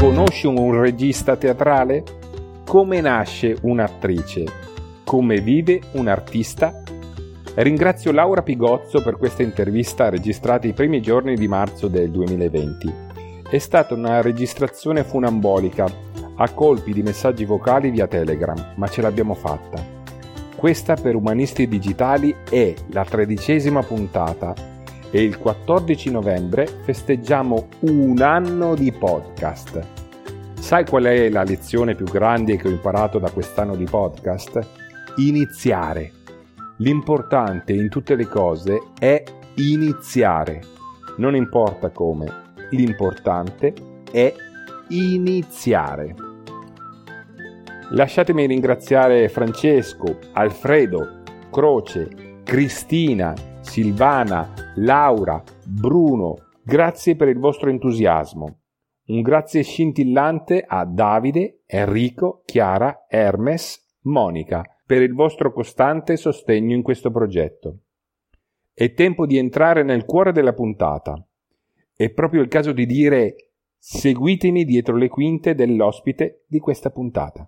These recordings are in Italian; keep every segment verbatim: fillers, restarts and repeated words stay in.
Conosci un regista teatrale? Come nasce un'attrice? Come vive un artista? Ringrazio Laura Pigozzo per questa intervista registrata i primi giorni di marzo del duemilaventi. È stata una registrazione funambolica, a colpi di messaggi vocali via Telegram, ma ce l'abbiamo fatta. Questa per Umanisti Digitali è la tredicesima puntata e il quattordici novembre festeggiamo un anno di podcast. Sai qual è la lezione più grande che ho imparato da quest'anno di podcast? Iniziare. L'importante in tutte le cose è iniziare. Non importa come, l'importante è iniziare. Lasciatemi ringraziare Francesco, Alfredo, Croce, Cristina, Silvana, Laura, Bruno. Grazie per il vostro entusiasmo. Un grazie scintillante a Davide, Enrico, Chiara, Hermes, Monica per il vostro costante sostegno in questo progetto. È tempo di entrare nel cuore della puntata. È proprio il caso di dire: seguitemi dietro le quinte dell'ospite di questa puntata.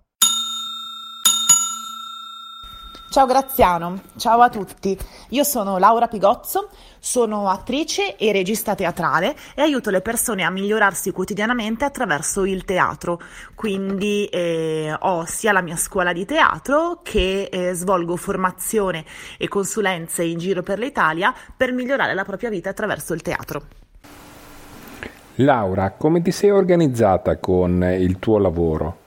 Ciao Graziano, ciao a tutti. Io sono Laura Pigozzo, sono attrice e regista teatrale e aiuto le persone a migliorarsi quotidianamente attraverso il teatro. Quindi eh, ho sia la mia scuola di teatro che eh, svolgo formazione e consulenze in giro per l'Italia per migliorare la propria vita attraverso il teatro. Laura, come ti sei organizzata con il tuo lavoro?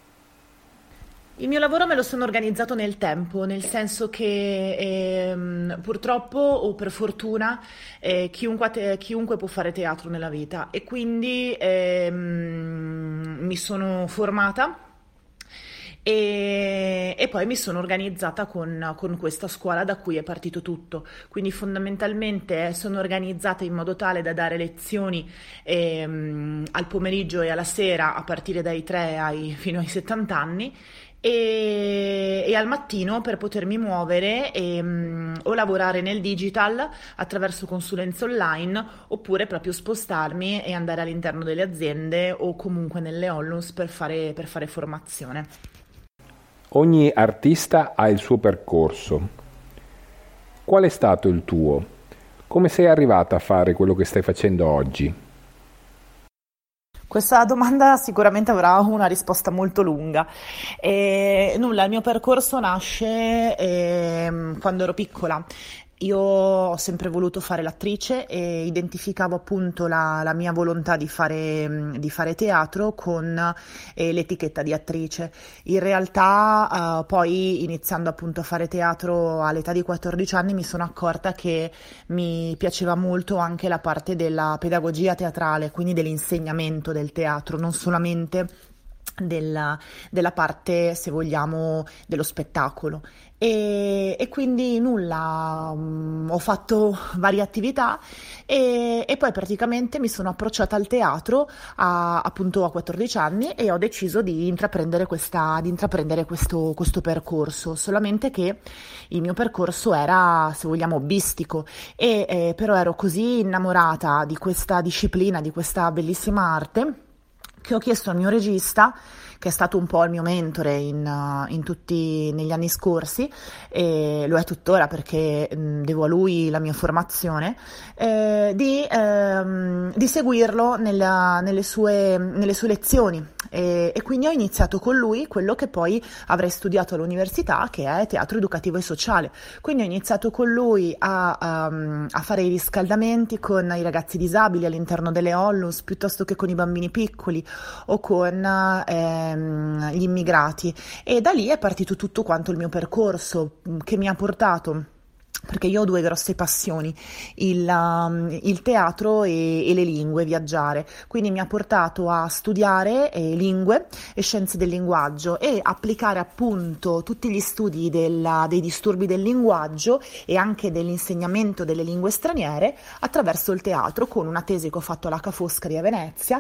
Il mio lavoro me lo sono organizzato nel tempo, nel senso che ehm, purtroppo o per fortuna eh, chiunque, te- chiunque può fare teatro nella vita e quindi ehm, mi sono formata e, e poi mi sono organizzata con, con questa scuola da cui è partito tutto. Quindi fondamentalmente sono organizzata in modo tale da dare lezioni ehm, al pomeriggio e alla sera a partire dai tre ai, fino ai settanta anni. E, e al mattino per potermi muovere e, um, o lavorare nel digital attraverso consulenze online oppure proprio spostarmi e andare all'interno delle aziende o comunque nelle onlus per fare, per fare formazione. Ogni artista ha il suo percorso. Qual è stato il tuo? Come sei arrivata a fare quello che stai facendo oggi? Questa domanda sicuramente avrà una risposta molto lunga. E, nulla, il mio percorso nasce eh, quando ero piccola. Io ho sempre voluto fare l'attrice e identificavo appunto la, la mia volontà di fare, di fare teatro con eh, l'etichetta di attrice. In realtà eh, poi iniziando appunto a fare teatro all'età di quattordici anni mi sono accorta che mi piaceva molto anche la parte della pedagogia teatrale, quindi dell'insegnamento del teatro, non solamente della, della parte, se vogliamo, dello spettacolo. E, e quindi nulla, um, ho fatto varie attività e, e poi praticamente mi sono approcciata al teatro a, appunto a quattordici anni e ho deciso di intraprendere, questa, di intraprendere questo, questo percorso, solamente che il mio percorso era, se vogliamo, hobbistico e eh, però ero così innamorata di questa disciplina, di questa bellissima arte, che ho chiesto al mio regista, che è stato un po' il mio mentore in, uh, in tutti negli anni scorsi, e lo è tuttora perché mh, devo a lui la mia formazione, eh, di, ehm, di seguirlo nella, nelle, sue, nelle sue lezioni. E, e quindi ho iniziato con lui quello che poi avrei studiato all'università, che è teatro educativo e sociale. Quindi ho iniziato con lui a, um, a fare i riscaldamenti con i ragazzi disabili all'interno delle onlus, piuttosto che con i bambini piccoli o con ehm, gli immigrati, e da lì è partito tutto quanto il mio percorso, che mi ha portato, perché io ho due grosse passioni, il, um, il teatro e, e le lingue, viaggiare, quindi mi ha portato a studiare eh, lingue e scienze del linguaggio e applicare appunto tutti gli studi della, dei disturbi del linguaggio e anche dell'insegnamento delle lingue straniere attraverso il teatro, con una tesi che ho fatto alla Ca' Foscari a Venezia,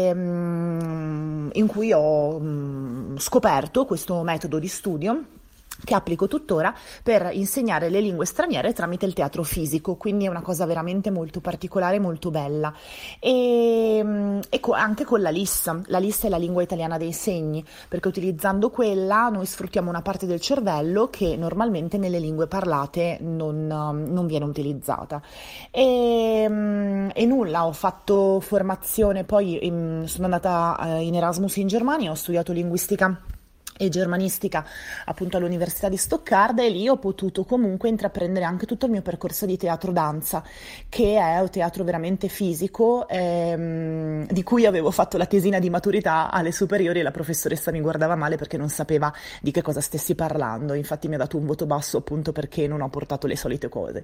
ehm, in cui ho mh, scoperto questo metodo di studio che applico tuttora per insegnare le lingue straniere tramite il teatro fisico, quindi è una cosa veramente molto particolare, molto bella. E, e co- anche con la L I S, la L I S è la lingua italiana dei segni, perché utilizzando quella noi sfruttiamo una parte del cervello che normalmente nelle lingue parlate non, non viene utilizzata. E, e nulla, ho fatto formazione, poi in, sono andata in Erasmus in Germania, ho studiato linguistica e germanistica appunto all'Università di Stoccarda, e lì ho potuto comunque intraprendere anche tutto il mio percorso di teatro danza, che è un teatro veramente fisico, ehm, di cui avevo fatto la tesina di maturità alle superiori e la professoressa mi guardava male perché non sapeva di che cosa stessi parlando, infatti mi ha dato un voto basso appunto perché non ho portato le solite cose.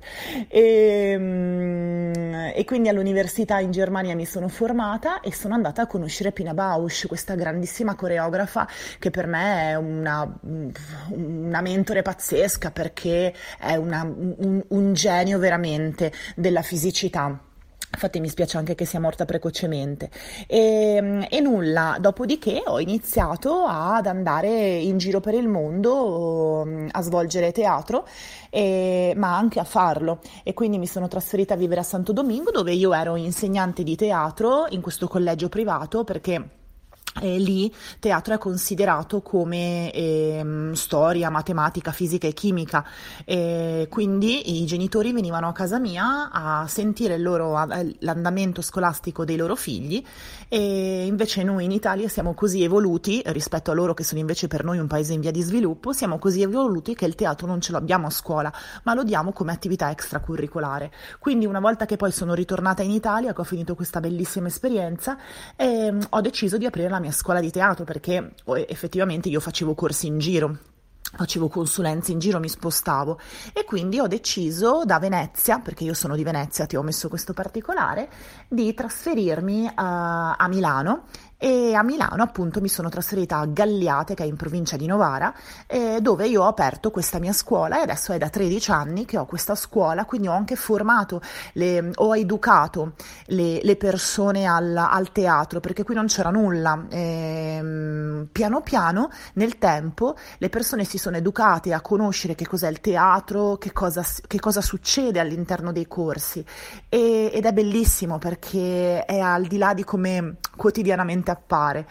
E, e quindi all'università in Germania mi sono formata e sono andata a conoscere Pina Bausch, questa grandissima coreografa che per me è una, una mentore pazzesca, perché è una, un, un genio veramente della fisicità. Infatti mi spiace anche che sia morta precocemente. E, e nulla, dopodiché ho iniziato ad andare in giro per il mondo a svolgere teatro, e, ma anche a farlo. E quindi mi sono trasferita a vivere a Santo Domingo, dove io ero insegnante di teatro in questo collegio privato, perché E lì teatro è considerato come eh, storia, matematica, fisica e chimica, e quindi i genitori venivano a casa mia a sentire il loro, l'andamento scolastico dei loro figli, e invece noi in Italia siamo così evoluti rispetto a loro, che sono invece per noi un paese in via di sviluppo, siamo così evoluti che il teatro non ce lo abbiamo a scuola, ma lo diamo come attività extracurricolare. Quindi una volta che poi sono ritornata in Italia, che ho finito questa bellissima esperienza, eh, ho deciso di aprire la mia scuola di teatro, perché effettivamente io facevo corsi in giro, facevo consulenze in giro, mi spostavo, e quindi ho deciso da Venezia, perché io sono di Venezia, ti ho messo questo particolare, di trasferirmi a, a Milano. E a Milano appunto mi sono trasferita a Galliate, che è in provincia di Novara, eh, dove io ho aperto questa mia scuola, e adesso è da tredici anni che ho questa scuola, quindi ho anche formato, le, ho educato le, le persone al, al teatro, perché qui non c'era nulla. E, piano piano nel tempo le persone si sono educate a conoscere che cos'è il teatro, che cosa, che cosa succede all'interno dei corsi, e, ed è bellissimo perché è al di là di come quotidianamente appare,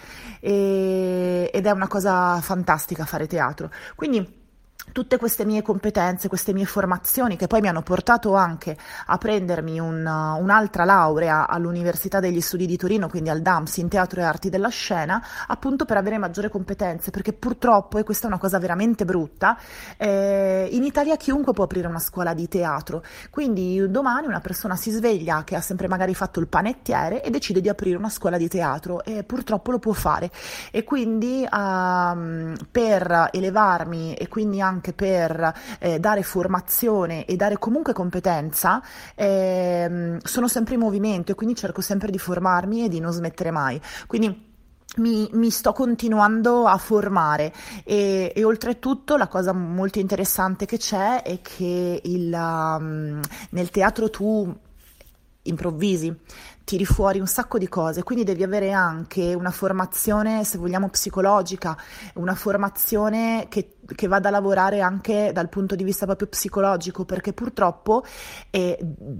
e, ed è una cosa fantastica fare teatro. Quindi tutte queste mie competenze, queste mie formazioni, che poi mi hanno portato anche a prendermi un, un'altra laurea all'Università degli Studi di Torino, quindi al D A M S in Teatro e Arti della Scena, appunto per avere maggiori competenze, perché purtroppo, e questa è una cosa veramente brutta, eh, in Italia chiunque può aprire una scuola di teatro, quindi domani una persona si sveglia che ha sempre magari fatto il panettiere e decide di aprire una scuola di teatro, e purtroppo lo può fare, e quindi um, per elevarmi e quindi anche anche per eh, dare formazione e dare comunque competenza, eh, sono sempre in movimento, e quindi cerco sempre di formarmi e di non smettere mai. Quindi Mi, mi sto continuando a formare, e, e oltretutto la cosa molto interessante che c'è è che il, um, nel teatro tu improvvisi, tiri fuori un sacco di cose, quindi devi avere anche una formazione, se vogliamo, psicologica, una formazione che, che vada a lavorare anche dal punto di vista proprio psicologico, perché purtroppo eh,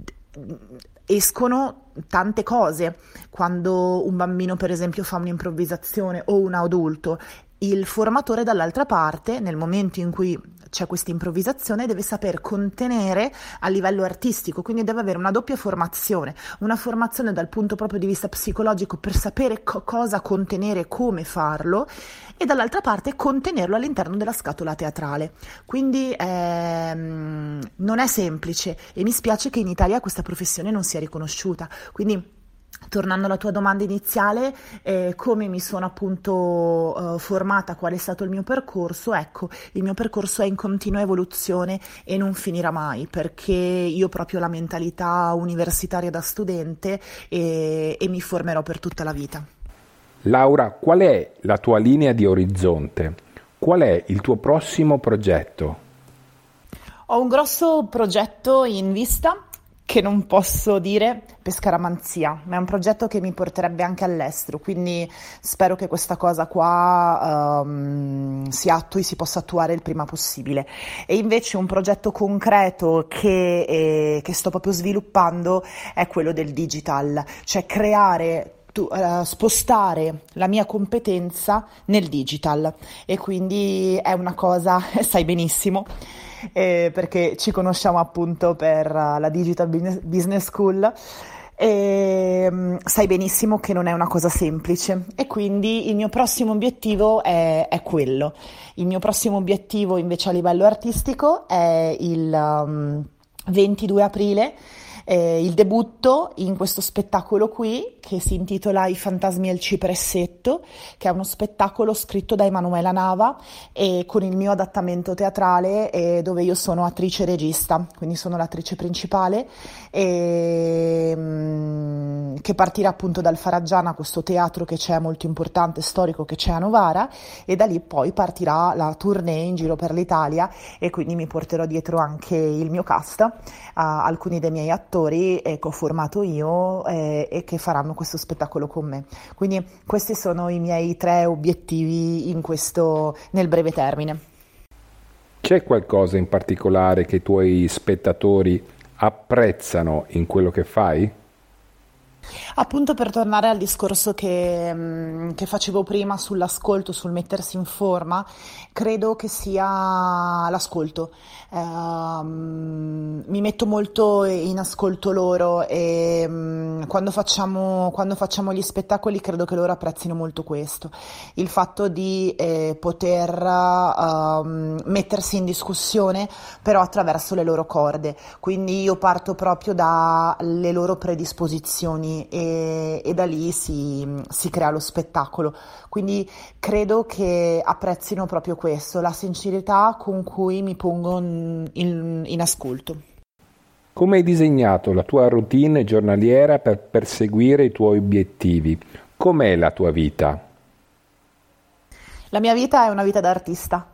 escono tante cose quando un bambino per esempio fa un'improvvisazione, o un adulto. Il formatore dall'altra parte, nel momento in cui c'è questa improvvisazione, deve saper contenere a livello artistico, quindi deve avere una doppia formazione, una formazione dal punto proprio di vista psicologico per sapere co- cosa contenere, come farlo, e dall'altra parte contenerlo all'interno della scatola teatrale. Quindi ehm, non è semplice, e mi spiace che in Italia questa professione non sia riconosciuta. Quindi, tornando alla tua domanda iniziale, eh, come mi sono appunto eh, formata, qual è stato il mio percorso? Ecco, il mio percorso è in continua evoluzione e non finirà mai, perché io proprio ho la mentalità universitaria da studente, e, e mi formerò per tutta la vita. Laura, qual è la tua linea di orizzonte? Qual è il tuo prossimo progetto? Ho un grosso progetto in vista, che non posso dire per scaramanzia, ma è un progetto che mi porterebbe anche all'estero, quindi spero che questa cosa qua um, si attui, si possa attuare il prima possibile. E invece un progetto concreto che, eh, che sto proprio sviluppando è quello del digital, cioè creare Tu, uh, spostare la mia competenza nel digital, e quindi è una cosa, sai benissimo, eh, perché ci conosciamo appunto per uh, la Digital Business School, e um, sai benissimo che non è una cosa semplice, e quindi il mio prossimo obiettivo è, è quello. Il mio prossimo obiettivo invece a livello artistico è il um, ventidue aprile, Eh, il debutto in questo spettacolo qui che si intitola I fantasmi e il cipressetto, che è uno spettacolo scritto da Emanuela Nava e con il mio adattamento teatrale, eh, dove io sono attrice e regista, quindi sono l'attrice principale, e, mh, che partirà appunto dal Faraggiana, questo teatro che c'è molto importante, storico, che c'è a Novara, e da lì poi partirà la tournée in giro per l'Italia, e quindi mi porterò dietro anche il mio cast, uh, alcuni dei miei attori che ho formato io, eh, e che faranno questo spettacolo con me. Quindi questi sono i miei tre obiettivi in questo, nel breve termine. C'è qualcosa in particolare che i tuoi spettatori apprezzano in quello che fai? Appunto, per tornare al discorso che, mh, che facevo prima sull'ascolto, sul mettersi in forma, credo che sia l'ascolto. Ehm, mi metto molto in ascolto loro, e mh, quando facciamo, quando facciamo gli spettacoli credo che loro apprezzino molto questo, il fatto di eh, poter ehm, mettersi in discussione però attraverso le loro corde. Quindi io parto proprio dalle loro predisposizioni, E, e da lì si, si crea lo spettacolo. Quindi credo che apprezzino proprio questo, la sincerità con cui mi pongo in, in, in ascolto. Come hai disegnato la tua routine giornaliera per perseguire i tuoi obiettivi? Com'è la tua vita? La mia vita è una vita da artista.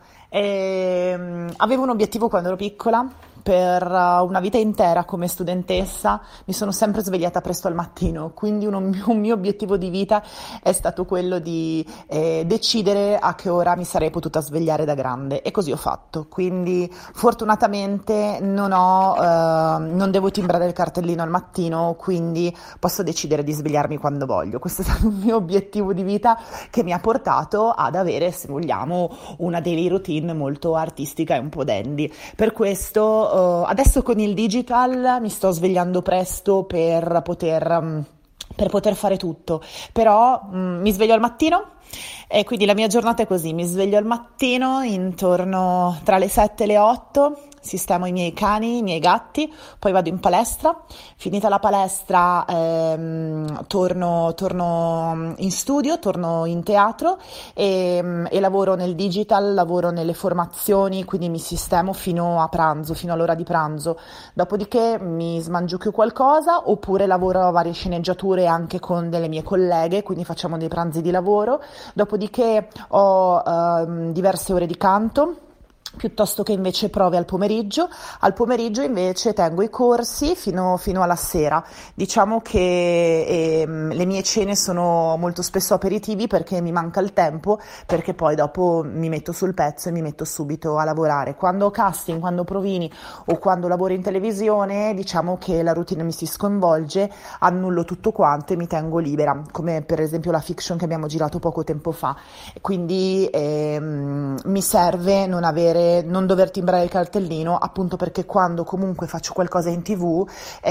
E, avevo un obiettivo quando ero piccola. Per una vita intera come studentessa mi sono sempre svegliata presto al mattino, quindi un mio, un mio obiettivo di vita è stato quello di eh, decidere a che ora mi sarei potuta svegliare da grande, e così ho fatto. Quindi fortunatamente non ho, eh, non devo timbrare il cartellino al mattino, quindi posso decidere di svegliarmi quando voglio. Questo è stato un mio obiettivo di vita che mi ha portato ad avere, se vogliamo, una daily routine molto artistica e un po' dandy. Per questo Uh, adesso con il digital mi sto svegliando presto per poter, um, per poter fare tutto, però um, mi sveglio al mattino, e quindi la mia giornata è così: mi sveglio al mattino intorno tra le sette e le otto, sistemo i miei cani, i miei gatti, poi vado in palestra. Finita la palestra ehm, torno, torno in studio, torno in teatro, e, e lavoro nel digital, lavoro nelle formazioni, quindi mi sistemo fino a pranzo, fino all'ora di pranzo. Dopodiché mi smangiucchio qualcosa, oppure lavoro a varie sceneggiature anche con delle mie colleghe, quindi facciamo dei pranzi di lavoro. Dopodiché ho ehm, diverse ore di canto, piuttosto che invece prove al pomeriggio. Al pomeriggio invece tengo i corsi fino, fino alla sera. Diciamo che ehm, le mie cene sono molto spesso aperitivi, perché mi manca il tempo, perché poi dopo mi metto sul pezzo e mi metto subito a lavorare. Quando ho casting, quando ho provini o quando lavoro in televisione, diciamo che la routine mi si sconvolge, annullo tutto quanto e mi tengo libera, come per esempio la fiction che abbiamo girato poco tempo fa. Quindi ehm, mi serve non avere non dover timbrare il cartellino, appunto perché quando comunque faccio qualcosa in tv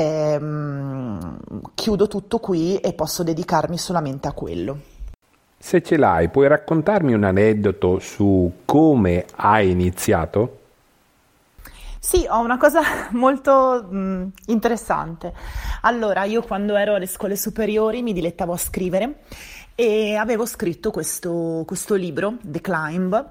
ehm, chiudo tutto qui e posso dedicarmi solamente a quello. Se ce l'hai, puoi raccontarmi un aneddoto su come hai iniziato? Sì, ho una cosa molto mh, interessante. Allora, io quando ero alle scuole superiori mi dilettavo a scrivere, e avevo scritto questo, questo libro, The Climb,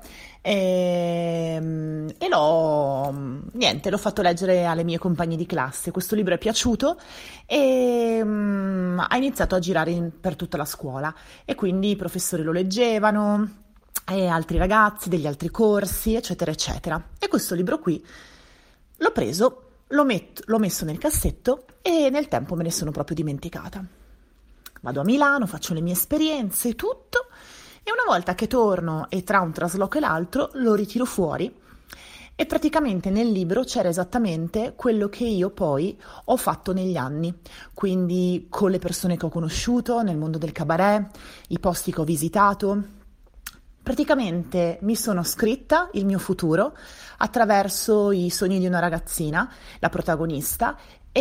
e, e l'ho, niente, l'ho fatto leggere alle mie compagne di classe. Questo libro è piaciuto e um, ha iniziato a girare in, per tutta la scuola, e quindi i professori lo leggevano, e altri ragazzi degli altri corsi, eccetera, eccetera. E questo libro qui l'ho preso, l'ho, met- l'ho messo nel cassetto e nel tempo me ne sono proprio dimenticata. Vado a Milano, faccio le mie esperienze, tutto, e una volta che torno e tra un trasloco e l'altro lo ritiro fuori e praticamente nel libro c'era esattamente quello che io poi ho fatto negli anni, quindi con le persone che ho conosciuto nel mondo del cabaret, i posti che ho visitato. Praticamente mi sono scritta il mio futuro attraverso i sogni di una ragazzina, la protagonista,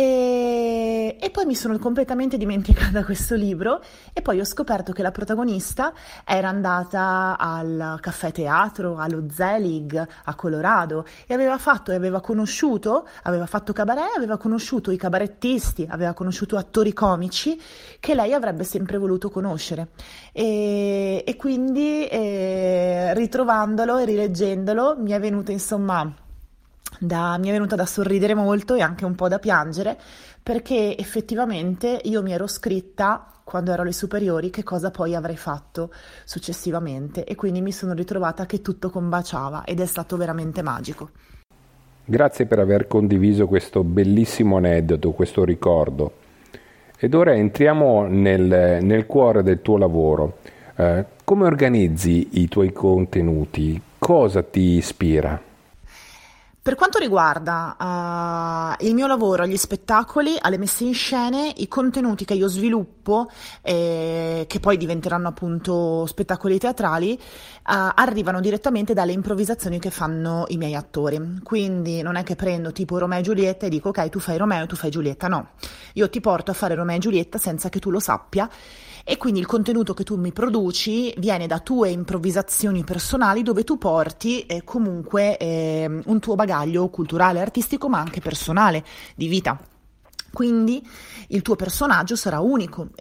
e, e poi mi sono completamente dimenticata questo libro e poi ho scoperto che la protagonista era andata al caffè teatro, allo Zelig, a Colorado, e aveva fatto e aveva conosciuto, aveva fatto cabaret, aveva conosciuto i cabarettisti, aveva conosciuto attori comici che lei avrebbe sempre voluto conoscere. E, e quindi eh, ritrovandolo e rileggendolo mi è venuto insomma da, mi è venuta da sorridere molto e anche un po' da piangere, perché effettivamente io mi ero scritta quando ero alle superiori che cosa poi avrei fatto successivamente e quindi mi sono ritrovata che tutto combaciava ed è stato veramente magico. Grazie per aver condiviso questo bellissimo aneddoto, questo ricordo. Ed ora entriamo nel, nel cuore del tuo lavoro. Eh, come organizzi i tuoi contenuti? Cosa ti ispira? Per quanto riguarda uh, il mio lavoro, gli spettacoli, alle messe in scene, i contenuti che io sviluppo, eh, che poi diventeranno appunto spettacoli teatrali, uh, arrivano direttamente dalle improvvisazioni che fanno i miei attori. Quindi non è che prendo tipo Romeo e Giulietta e dico ok, tu fai Romeo e tu fai Giulietta, no. Io ti porto a fare Romeo e Giulietta senza che tu lo sappia. E quindi il contenuto che tu mi produci viene da tue improvvisazioni personali dove tu porti eh, comunque eh, un tuo bagaglio culturale, artistico, ma anche personale, di vita. Quindi il tuo personaggio sarà unico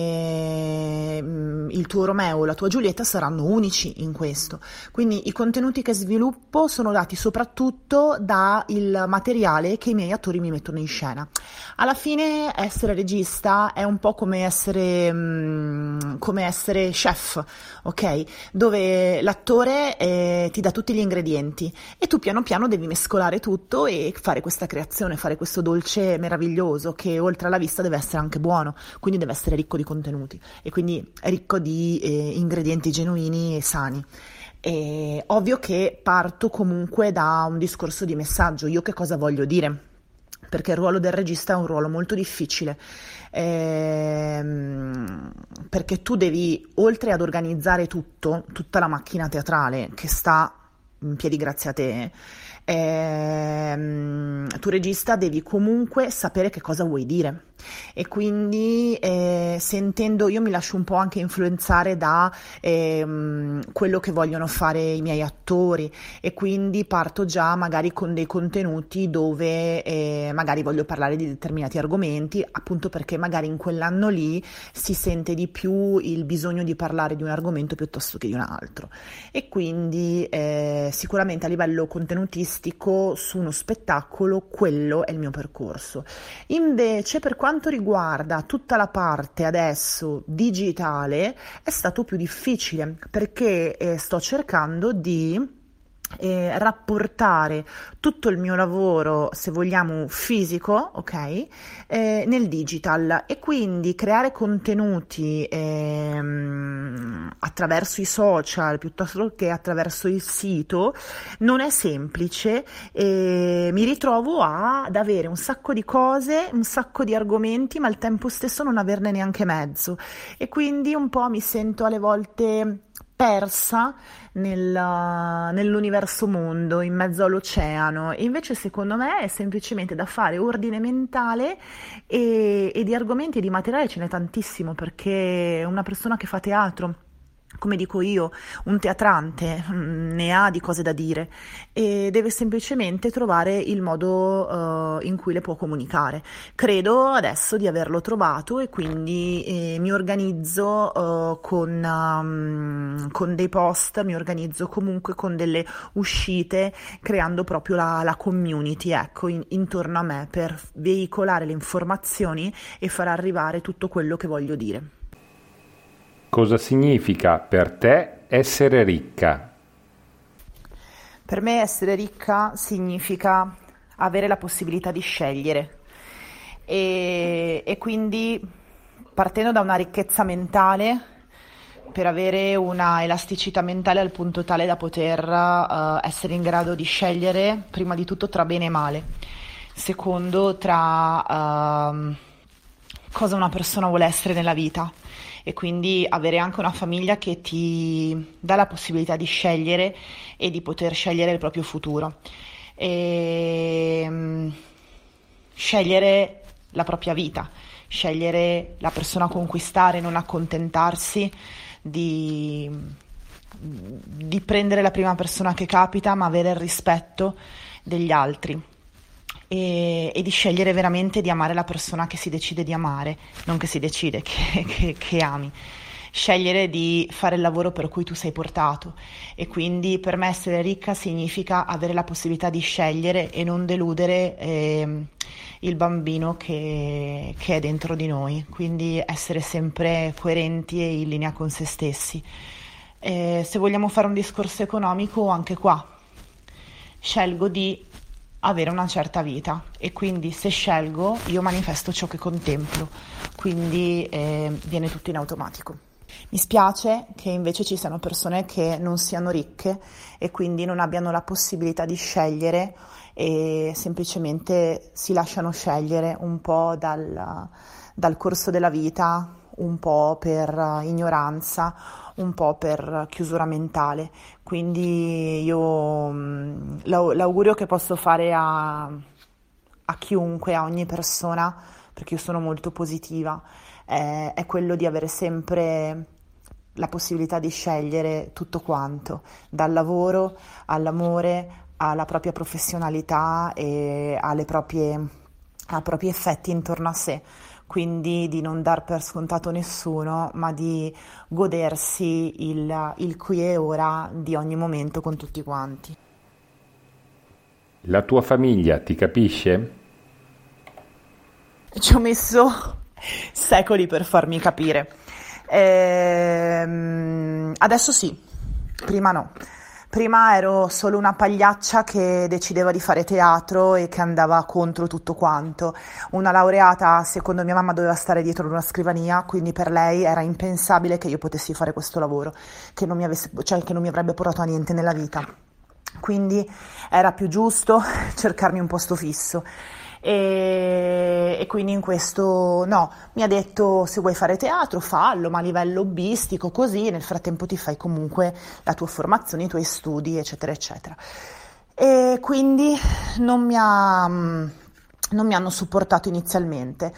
e il tuo Romeo e la tua Giulietta saranno unici in questo. Quindi i contenuti che sviluppo sono dati soprattutto dal materiale che i miei attori mi mettono in scena. Alla fine essere regista è un po' come essere, um, come essere chef, ok? Dove l'attore eh, ti dà tutti gli ingredienti e tu piano piano devi mescolare tutto e fare questa creazione, fare questo dolce meraviglioso che oltre alla vista deve essere anche buono, quindi deve essere ricco di contenuti e quindi ricco di eh, ingredienti genuini e sani. E ovvio che parto comunque da un discorso di messaggio, io che cosa voglio dire? Perché il ruolo del regista è un ruolo molto difficile, ehm, perché tu devi, oltre ad organizzare tutto, tutta la macchina teatrale che sta in piedi grazie a te, ehm, tu regista devi comunque sapere che cosa vuoi dire. E quindi eh, sentendo, io mi lascio un po' anche influenzare da ehm, quello che vogliono fare i miei attori e quindi parto già magari con dei contenuti dove eh, magari voglio parlare di determinati argomenti, appunto perché magari in quell'anno lì si sente di più il bisogno di parlare di un argomento piuttosto che di un altro. E quindi eh, sicuramente a livello contenutistico su uno spettacolo quello è il mio percorso. Invece per quanto riguarda tutta la parte adesso digitale è stato più difficile perché eh, sto cercando di eh, rapportare tutto il mio lavoro, se vogliamo fisico, ok, eh, nel digital e quindi creare contenuti ehm, attraverso i social piuttosto che attraverso il sito non è semplice e mi ritrovo a, ad avere un sacco di cose, un sacco di argomenti, ma al tempo stesso non averne neanche mezzo e quindi un po' mi sento alle volte persa nel, nell'universo mondo, in mezzo all'oceano, e invece secondo me è semplicemente da fare ordine mentale e, e di argomenti e di materiale ce n'è tantissimo, perché una persona che fa teatro, come dico io, un teatrante ne ha di cose da dire e deve semplicemente trovare il modo uh, in cui le può comunicare. Credo adesso di averlo trovato e quindi eh, mi organizzo uh, con, um, con dei post, mi organizzo comunque con delle uscite, creando proprio la, la community, ecco, in, intorno a me per veicolare le informazioni e far arrivare tutto quello che voglio dire. Cosa significa per te essere ricca? Per me essere ricca significa avere la possibilità di scegliere e, e quindi partendo da una ricchezza mentale per avere una elasticità mentale al punto tale da poter uh, essere in grado di scegliere prima di tutto tra bene e male, secondo tra uh, cosa una persona vuole essere nella vita e quindi avere anche una famiglia che ti dà la possibilità di scegliere e di poter scegliere il proprio futuro. E, um, scegliere la propria vita, scegliere la persona a conquistare, non accontentarsi di, di prendere la prima persona che capita, ma avere il rispetto degli altri e, e di scegliere veramente di amare la persona che si decide di amare, non che si decide, che, che, che ami. Scegliere di fare il lavoro per cui tu sei portato e quindi per me essere ricca significa avere la possibilità di scegliere e non deludere eh, il bambino che, che è dentro di noi, quindi essere sempre coerenti e in linea con se stessi. Eh, se vogliamo fare un discorso economico, anche qua scelgo di avere una certa vita e quindi se scelgo io manifesto ciò che contemplo, quindi eh, viene tutto in automatico. Mi spiace che invece ci siano persone che non siano ricche e quindi non abbiano la possibilità di scegliere e semplicemente si lasciano scegliere un po' dal, dal corso della vita, un po' per ignoranza, un po' per chiusura mentale. Quindi io l'augurio che posso fare a, a chiunque, a ogni persona, perché io sono molto positiva, è, è quello di avere sempre la possibilità di scegliere tutto quanto, dal lavoro all'amore, alla propria professionalità e alle proprie, ai propri effetti intorno a sé. Quindi di non dar per scontato nessuno, ma di godersi il, il qui e ora di ogni momento con tutti quanti. La tua famiglia ti capisce? Ci ho messo secoli per farmi capire. Ehm, adesso sì, prima no. Prima ero solo una pagliaccia che decideva di fare teatro e che andava contro tutto quanto. Una laureata, secondo mia mamma, doveva stare dietro ad una scrivania, quindi per lei era impensabile che io potessi fare questo lavoro, che non mi avesse, cioè che non mi avrebbe portato a niente nella vita. Quindi era più giusto cercarmi un posto fisso. E, e quindi in questo no, mi ha detto se vuoi fare teatro fallo, ma a livello hobbistico così, nel frattempo ti fai comunque la tua formazione, i tuoi studi eccetera eccetera e quindi non mi, ha, non mi hanno supportato inizialmente.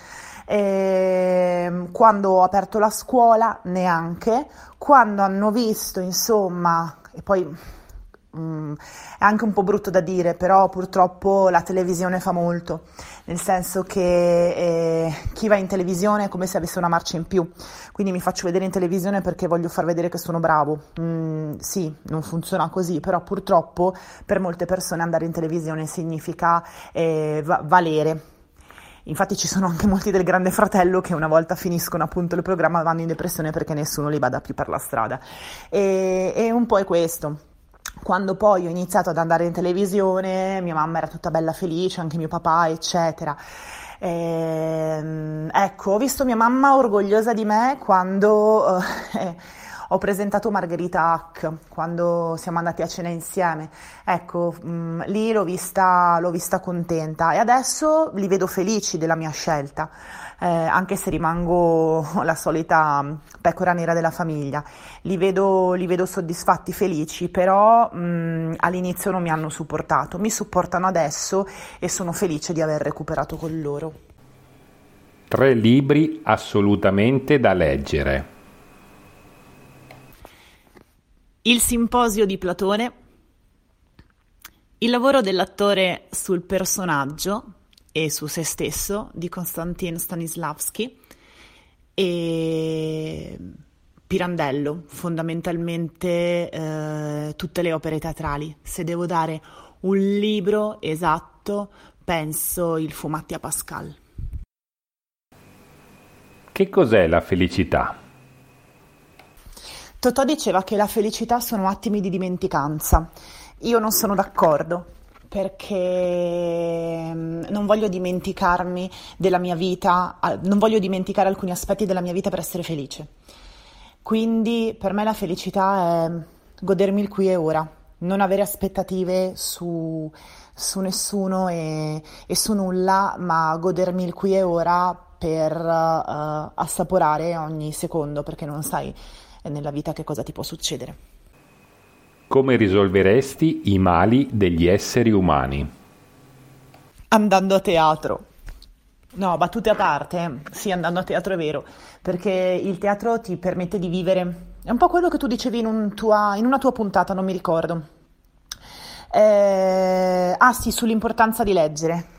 E quando ho aperto la scuola neanche, quando hanno visto insomma, e poi Mm, è anche un po' brutto da dire, però purtroppo la televisione fa molto, nel senso che eh, chi va in televisione è come se avesse una marcia in più, quindi mi faccio vedere in televisione perché voglio far vedere che sono bravo. Mm, sì, non funziona così, però purtroppo per molte persone andare in televisione significa eh, va- valere. Infatti ci sono anche molti del Grande Fratello che una volta finiscono appunto il programma vanno in depressione perché nessuno li bada più per la strada e, e un po' è questo. Quando poi ho iniziato ad andare in televisione, mia mamma era tutta bella felice, anche mio papà, eccetera. E, ecco, ho visto mia mamma orgogliosa di me quando eh, ho presentato Margherita Hack, quando siamo andati a cena insieme. Ecco, mh, lì l'ho vista, l'ho vista contenta e adesso li vedo felici della mia scelta. Eh, anche se rimango la solita pecora nera della famiglia, li vedo, li vedo soddisfatti, felici, però mh, all'inizio non mi hanno supportato, mi supportano adesso e sono felice di aver recuperato con loro. Tre libri assolutamente da leggere. Il simposio di Platone, il lavoro dell'attore sul personaggio e su se stesso di Konstantin Stanislavski e Pirandello, fondamentalmente eh, tutte le opere teatrali. Se devo dare un libro esatto, penso il Fu Mattia Pascal. Che cos'è la felicità? Totò diceva che la felicità sono attimi di dimenticanza. Io non sono d'accordo, perché non voglio dimenticarmi della mia vita, non voglio dimenticare alcuni aspetti della mia vita per essere felice. Quindi per me la felicità è godermi il qui e ora, non avere aspettative su, su nessuno e, e su nulla, ma godermi il qui e ora per uh, assaporare ogni secondo, perché non sai nella vita che cosa ti può succedere. Come risolveresti i mali degli esseri umani? Andando a teatro. No, battute a parte, sì, andando a teatro è vero, perché il teatro ti permette di vivere, è un po' quello che tu dicevi in, un tua, in una tua puntata, non mi ricordo. Eh, ah sì, sull'importanza di leggere,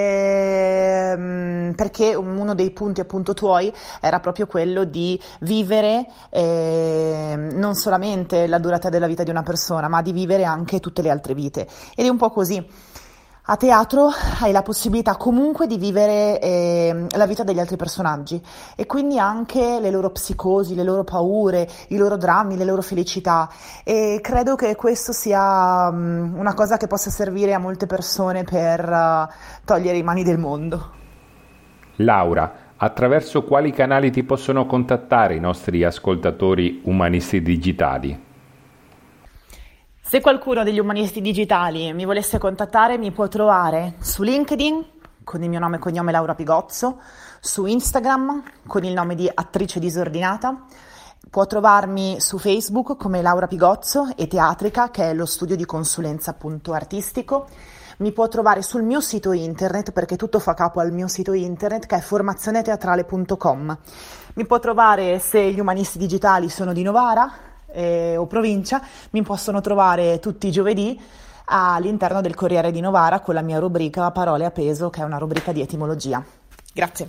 eh, perché uno dei punti appunto tuoi era proprio quello di vivere eh, non solamente la durata della vita di una persona, ma di vivere anche tutte le altre vite. Ed è un po' così. A teatro hai la possibilità comunque di vivere eh, la vita degli altri personaggi e quindi anche le loro psicosi, le loro paure, i loro drammi, le loro felicità, e credo che questo sia um, una cosa che possa servire a molte persone per uh, togliere i mali del mondo. Laura, attraverso quali canali ti possono contattare i nostri ascoltatori umanisti digitali? Se qualcuno degli umanisti digitali mi volesse contattare, mi può trovare su LinkedIn con il mio nome e cognome Laura Pigozzo, su Instagram con il nome di Attrice Disordinata, può trovarmi su Facebook come Laura Pigozzo e Teatrica, che è lo studio di consulenza appunto artistico. Mi può trovare sul mio sito internet, perché tutto fa capo al mio sito internet, che è formazione teatrale punto com. Mi può trovare, se gli umanisti digitali sono di Novara Eh, o provincia, mi possono trovare tutti i giovedì all'interno del Corriere di Novara con la mia rubrica Parole a peso, che è una rubrica di etimologia. Grazie.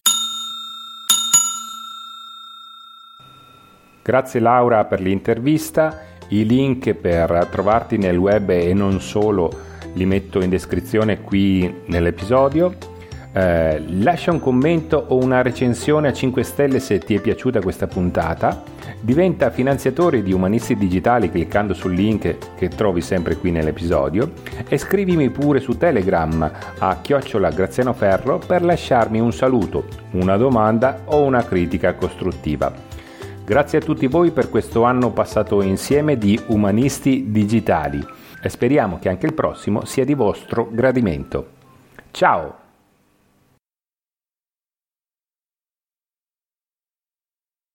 Grazie Laura per l'intervista. I link per trovarti nel web e non solo li metto in descrizione qui nell'episodio. Eh, lascia un commento o una recensione a cinque stelle se ti è piaciuta questa puntata. Diventa finanziatore di Umanisti Digitali cliccando sul link che trovi sempre qui nell'episodio, e scrivimi pure su Telegram a chiocciola Graziano Ferro per lasciarmi un saluto, una domanda o una critica costruttiva. Grazie a tutti voi per questo anno passato insieme di Umanisti Digitali e speriamo che anche il prossimo sia di vostro gradimento. Ciao!